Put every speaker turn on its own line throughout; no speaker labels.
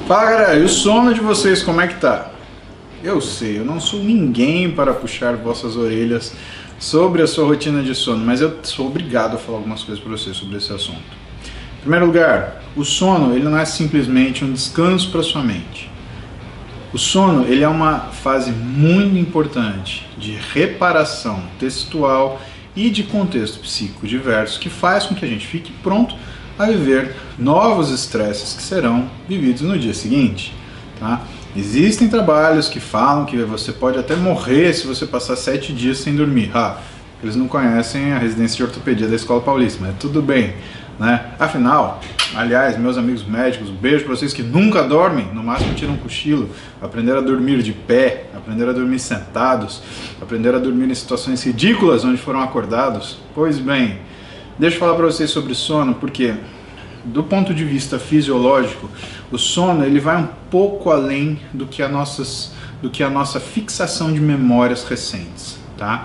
Fala galera, e o sono de vocês como é que tá? Eu sei, eu não sou ninguém para puxar vossas orelhas sobre a sua rotina de sono, mas eu sou obrigado a falar algumas coisas para vocês sobre esse assunto. Em primeiro lugar, o sono ele não é simplesmente um descanso para sua mente. O sono ele é uma fase muito importante de reparação textual e de contexto psíquico diverso que faz com que a gente fique pronto a viver novos estresses que serão vividos no dia seguinte. Tá? Existem trabalhos que falam que você pode até morrer se você passar 7 dias sem dormir. Eles não conhecem a residência de ortopedia da Escola Paulista, mas tudo bem. Né? Afinal, aliás, meus amigos médicos, um beijo para vocês que nunca dormem, no máximo tiram um cochilo, aprender a dormir de pé, aprender a dormir sentados, aprender a dormir em situações ridículas onde foram acordados. Pois bem, deixa eu falar para vocês sobre sono, porque do ponto de vista fisiológico, o sono ele vai um pouco além do que a nossa fixação de memórias recentes. Tá?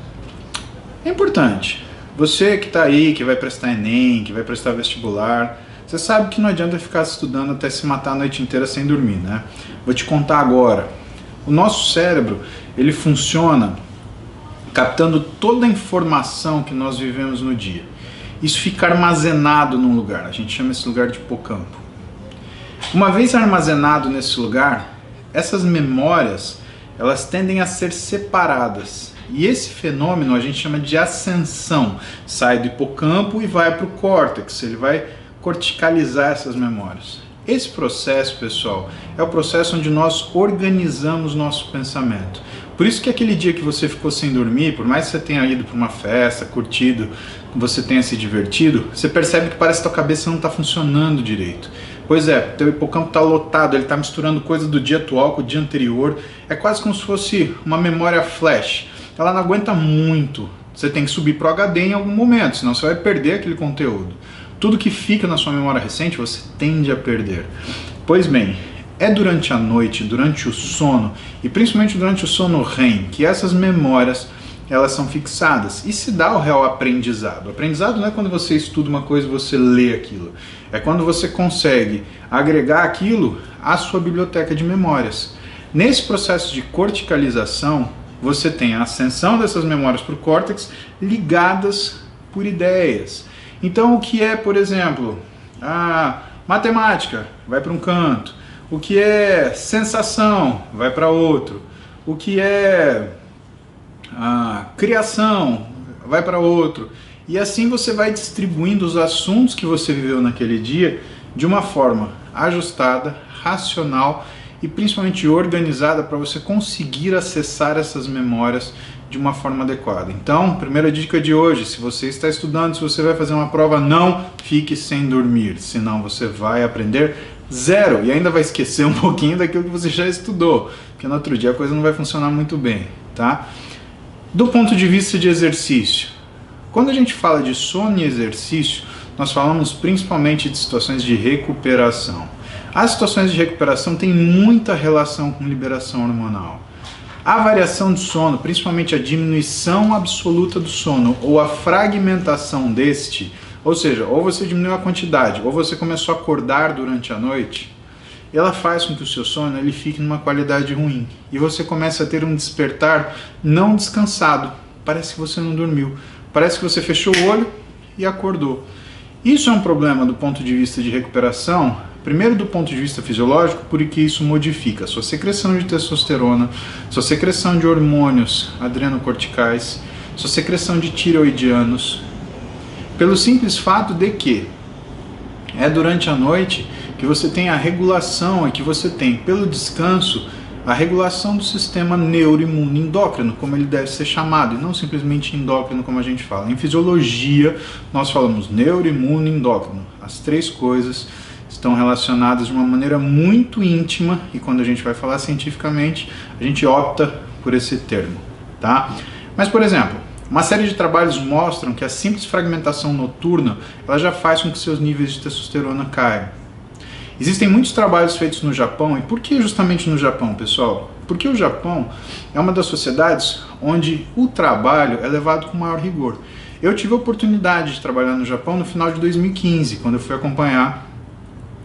É importante. Você que está aí, que vai prestar Enem, que vai prestar vestibular, você sabe que não adianta ficar estudando até se matar a noite inteira sem dormir, né? Vou te contar agora. O nosso cérebro, ele funciona captando toda a informação que nós vivemos no dia. Isso fica armazenado num lugar, a gente chama esse lugar de hipocampo. Uma vez armazenado nesse lugar, essas memórias, elas tendem a ser separadas. E esse fenômeno a gente chama de ascensão. Sai do hipocampo e vai para o córtex, ele vai corticalizar essas memórias. Esse processo, pessoal, é o processo onde nós organizamos nosso pensamento. Por isso que aquele dia que você ficou sem dormir, por mais que você tenha ido para uma festa, curtido, você tenha se divertido, você percebe que parece que a tua cabeça não está funcionando direito. Pois é, teu hipocampo está lotado, ele está misturando coisas do dia atual com o dia anterior. É quase como se fosse uma memória flash. Ela não aguenta muito. Você tem que subir para o HD em algum momento, senão você vai perder aquele conteúdo. Tudo que fica na sua memória recente, você tende a perder. Pois bem, é durante a noite, durante o sono, e principalmente durante o sono REM, que essas memórias elas são fixadas e se dá o real aprendizado. O aprendizado não é quando você estuda uma coisa e você lê aquilo. É quando você consegue agregar aquilo à sua biblioteca de memórias. Nesse processo de corticalização, você tem a ascensão dessas memórias para o córtex ligadas por ideias. Então, o que é, por exemplo, a matemática vai para um canto, o que é sensação vai para outro, o que é a criação vai para outro. E assim você vai distribuindo os assuntos que você viveu naquele dia de uma forma ajustada, racional e principalmente organizada para você conseguir acessar essas memórias de uma forma adequada. Então, primeira dica de hoje, se você está estudando, se você vai fazer uma prova, não fique sem dormir, senão você vai aprender zero e ainda vai esquecer um pouquinho daquilo que você já estudou, porque no outro dia a coisa não vai funcionar muito bem, tá? Do ponto de vista de exercício, quando a gente fala de sono e exercício, nós falamos principalmente de situações de recuperação. As situações de recuperação têm muita relação com liberação hormonal. A variação de sono, principalmente a diminuição absoluta do sono ou a fragmentação deste, ou seja, ou você diminuiu a quantidade ou você começou a acordar durante a noite, ela faz com que o seu sono ele fique numa qualidade ruim e você começa a ter um despertar não descansado. Parece que você não dormiu, parece que você fechou o olho e acordou. Isso é um problema do ponto de vista de recuperação. Primeiro, do ponto de vista fisiológico, porque isso modifica a sua secreção de testosterona, sua secreção de hormônios adrenocorticais, sua secreção de tireoidianos, pelo simples fato de que é durante a noite que você tem a regulação, que você tem, pelo descanso, a regulação do sistema neuroimune endócrino, como ele deve ser chamado, e não simplesmente endócrino como a gente fala. Em fisiologia, nós falamos neuroimune endócrino. As três coisas estão relacionadas de uma maneira muito íntima e quando a gente vai falar cientificamente, a gente opta por esse termo, tá? Mas, por exemplo, uma série de trabalhos mostram que a simples fragmentação noturna ela já faz com que seus níveis de testosterona caiam. Existem muitos trabalhos feitos no Japão, e por que justamente no Japão, pessoal? Porque o Japão é uma das sociedades onde o trabalho é levado com maior rigor. Eu tive a oportunidade de trabalhar no Japão no final de 2015, quando eu fui acompanhar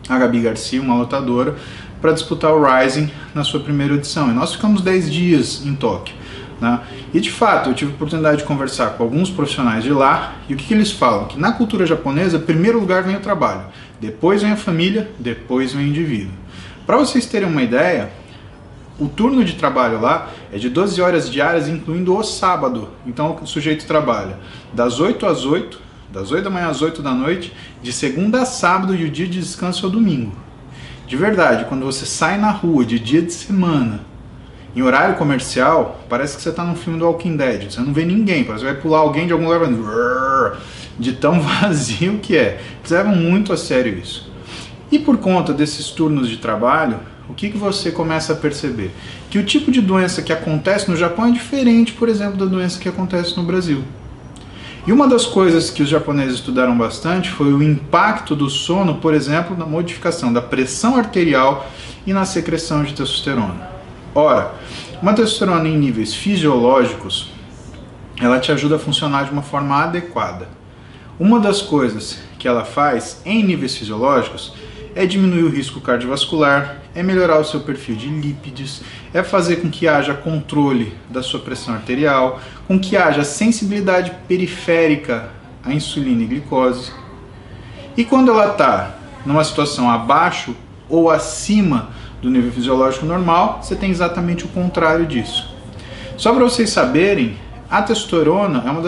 a Gabi Garcia, uma lutadora, para disputar o Rising na sua primeira edição. E nós ficamos 10 dias em Tóquio, né? E de fato, eu tive a oportunidade de conversar com alguns profissionais de lá, e o que eles falam? Que na cultura japonesa, em primeiro lugar vem o trabalho, depois vem a família, depois vem o indivíduo. Para vocês terem uma ideia, o turno de trabalho lá é de 12 horas diárias, incluindo o sábado. Então o sujeito trabalha das 8 às 8, das 8 da manhã às 8 da noite, de segunda a sábado, e o dia de descanso é o domingo. De verdade, quando você sai na rua de dia de semana, em horário comercial, parece que você está num filme do Walking Dead. Você não vê ninguém, parece que vai pular alguém de algum lugar, de tão vazio que é. Eles levam muito a sério isso. E por conta desses turnos de trabalho, o que você começa a perceber? Que o tipo de doença que acontece no Japão é diferente, por exemplo, da doença que acontece no Brasil. E uma das coisas que os japoneses estudaram bastante foi o impacto do sono, por exemplo, na modificação da pressão arterial e na secreção de testosterona. Ora, uma testosterona em níveis fisiológicos, ela te ajuda a funcionar de uma forma adequada. Uma das coisas que ela faz em níveis fisiológicos é diminuir o risco cardiovascular, é melhorar o seu perfil de lípides, é fazer com que haja controle da sua pressão arterial, com que haja sensibilidade periférica à insulina e glicose. E quando ela está numa situação abaixo ou acima do nível fisiológico normal, você tem exatamente o contrário disso. Só para vocês saberem, a testosterona é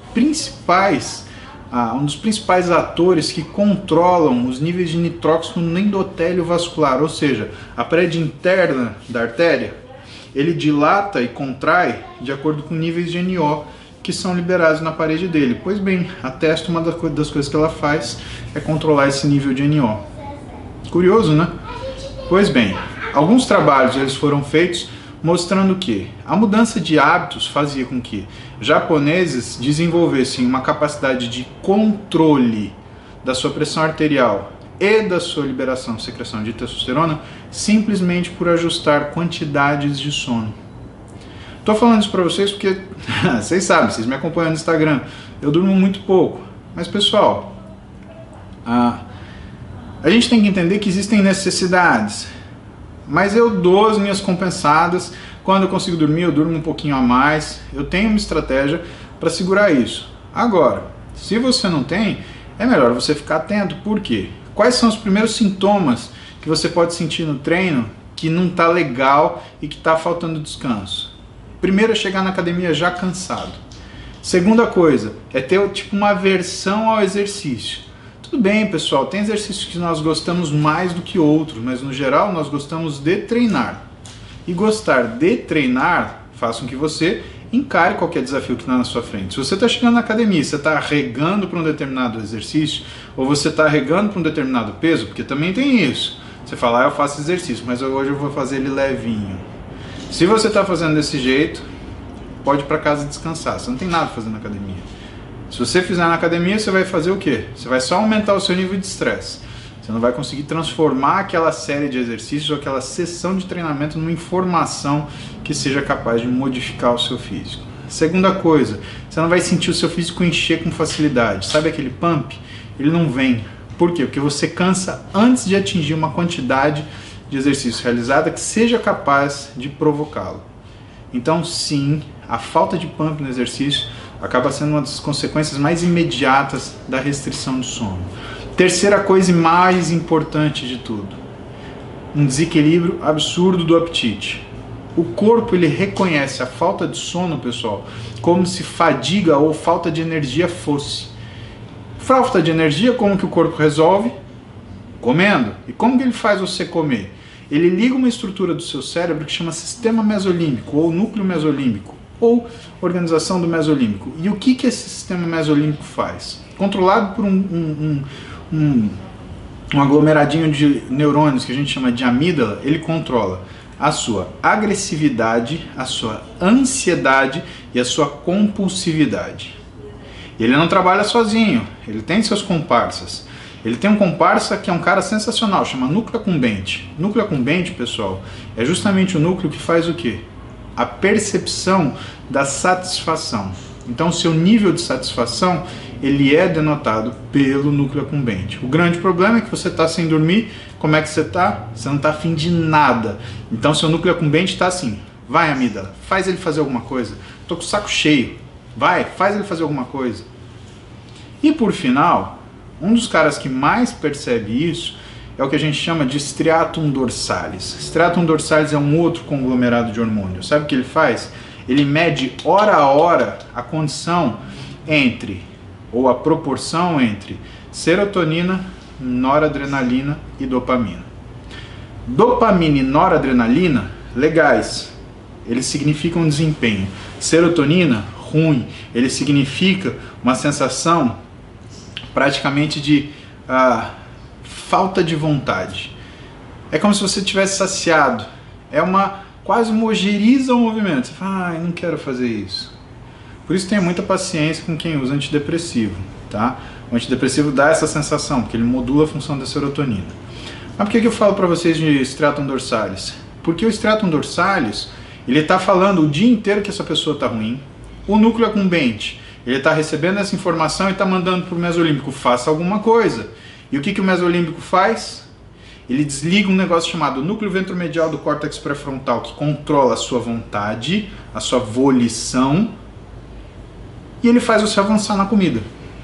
um dos principais atores que controlam os níveis de nitróxido no endotélio vascular, ou seja, a parede interna da artéria. Ele dilata e contrai de acordo com níveis de NO que são liberados na parede dele. Pois bem, a testo, uma das coisas que ela faz é controlar esse nível de NO. Curioso, né? Pois bem, alguns trabalhos eles foram feitos mostrando que a mudança de hábitos fazia com que japoneses desenvolvessem uma capacidade de controle da sua pressão arterial e da sua liberação, secreção de testosterona, simplesmente por ajustar quantidades de sono. Estou falando isso para vocês porque, vocês sabem, vocês me acompanham no Instagram, eu durmo muito pouco. Mas pessoal, a gente tem que entender que existem necessidades. Mas eu dou as minhas compensadas, quando eu consigo dormir eu durmo um pouquinho a mais, eu tenho uma estratégia para segurar isso. Agora, se você não tem, é melhor você ficar atento. Por quê? Quais são os primeiros sintomas que você pode sentir no treino que não está legal e que está faltando descanso? Primeiro é chegar na academia já cansado. Segunda coisa é ter tipo uma aversão ao exercício. Tudo bem, pessoal, tem exercícios que nós gostamos mais do que outros, mas no geral nós gostamos de treinar. E gostar de treinar faz com que você encare qualquer desafio que está na sua frente. Se você está chegando na academia, você está arregando para um determinado exercício, ou você está arregando para um determinado peso, porque também tem isso. Você fala, eu faço exercício, mas hoje eu vou fazer ele levinho. Se você está fazendo desse jeito, pode ir para casa descansar, você não tem nada para fazer na academia. Se você fizer na academia, você vai fazer o quê? Você vai só aumentar o seu nível de estresse. Você não vai conseguir transformar aquela série de exercícios ou aquela sessão de treinamento numa informação que seja capaz de modificar o seu físico. Segunda coisa, você não vai sentir o seu físico encher com facilidade. Sabe aquele pump? Ele não vem. Por quê? Porque você cansa antes de atingir uma quantidade de exercício realizada que seja capaz de provocá-lo. Então, sim, a falta de pump no exercício acaba sendo uma das consequências mais imediatas da restrição de sono. Terceira coisa e mais importante de tudo, um desequilíbrio absurdo do apetite. O corpo ele reconhece a falta de sono, pessoal, como se fadiga ou falta de energia fosse. Falta de energia, como que o corpo resolve? Comendo. E como que ele faz você comer? Ele liga uma estrutura do seu cérebro que chama sistema mesolímbico ou núcleo mesolímbico, ou organização do mesolímbico. E o que esse sistema mesolímbico faz? Controlado por um aglomeradinho de neurônios que a gente chama de amígdala, ele controla a sua agressividade, a sua ansiedade e a sua compulsividade. Ele não trabalha sozinho, ele tem seus comparsas. Ele tem um comparsa que é um cara sensacional, chama núcleo accumbente. Núcleo accumbente, pessoal, é justamente o núcleo que faz o quê? A percepção da satisfação. Então, o seu nível de satisfação, ele é denotado pelo núcleo accumbente. O grande problema é que você está sem dormir. Como é que você está? Você não está afim de nada. Então seu núcleo accumbente está assim: vai, amígdala, faz ele fazer alguma coisa. Estou com o saco cheio. Vai, faz ele fazer alguma coisa. E por final, um dos caras que mais percebe isso é o que a gente chama de striatum dorsalis. Striatum dorsalis é um outro conglomerado de hormônios. Sabe o que ele faz? Ele mede hora a hora a condição entre, ou a proporção entre, serotonina, noradrenalina e dopamina. Dopamina e noradrenalina, legais, eles significam desempenho. Serotonina, ruim, ele significa uma sensação praticamente de falta de vontade. É como se você tivesse saciado. É quase uma ojeriza ao movimento. Você fala, não quero fazer isso. Por isso tenha muita paciência com quem usa antidepressivo, tá? O antidepressivo dá essa sensação, porque ele modula a função da serotonina. Mas por que eu falo para vocês de striatum dorsalis? Porque o striatum dorsalis, ele está falando o dia inteiro que essa pessoa está ruim. O núcleo accumbente, ele está recebendo essa informação e está mandando para o mesolímbico, faça alguma coisa. E o que o mesolímbico faz? Ele desliga um negócio chamado núcleo ventromedial do córtex pré-frontal, que controla a sua vontade, a sua volição, e ele faz você avançar na comida.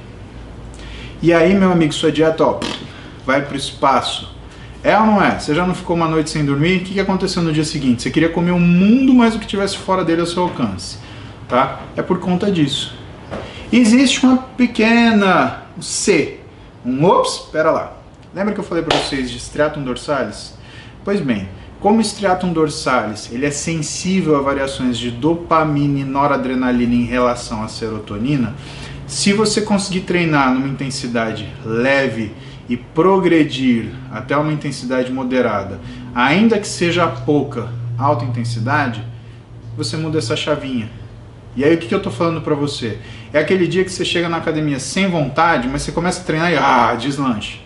E aí, meu amigo, sua dieta vai para o espaço. É ou não é? Você já não ficou uma noite sem dormir? O que aconteceu no dia seguinte? Você queria comer o mundo, mas o que tivesse fora dele ao seu alcance. Tá? É por conta disso. Existe uma pequena C. Espera lá. Lembra que eu falei para vocês de striatum dorsalis? Pois bem, como o striatum dorsalis ele é sensível a variações de dopamina e noradrenalina em relação à serotonina, se você conseguir treinar numa intensidade leve e progredir até uma intensidade moderada, ainda que seja pouca alta intensidade, você muda essa chavinha. E aí o que eu estou falando para você? É aquele dia que você chega na academia sem vontade, mas você começa a treinar e deslanche.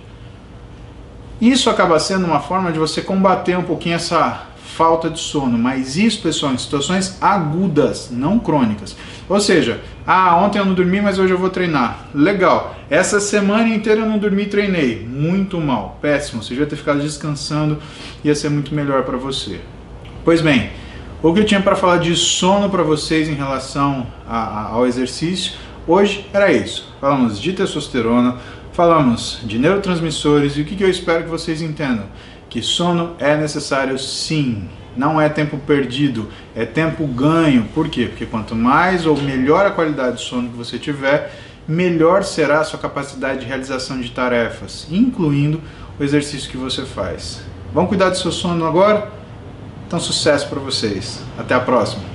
Isso acaba sendo uma forma de você combater um pouquinho essa falta de sono, mas isso, pessoal, em situações agudas, não crônicas. Ou seja, ontem eu não dormi, mas hoje eu vou treinar. Legal. Essa semana inteira eu não dormi e treinei. Muito mal, péssimo. Você devia ter ficado descansando, ia ser muito melhor para você. Pois bem, o que eu tinha para falar de sono para vocês em relação ao exercício, hoje era isso. Falamos de testosterona, falamos de neurotransmissores e o que eu espero que vocês entendam. Que sono é necessário sim, não é tempo perdido, é tempo ganho. Por quê? Porque quanto mais ou melhor a qualidade de sono que você tiver, melhor será a sua capacidade de realização de tarefas, incluindo o exercício que você faz. Vamos cuidar do seu sono agora? Então sucesso para vocês. Até a próxima.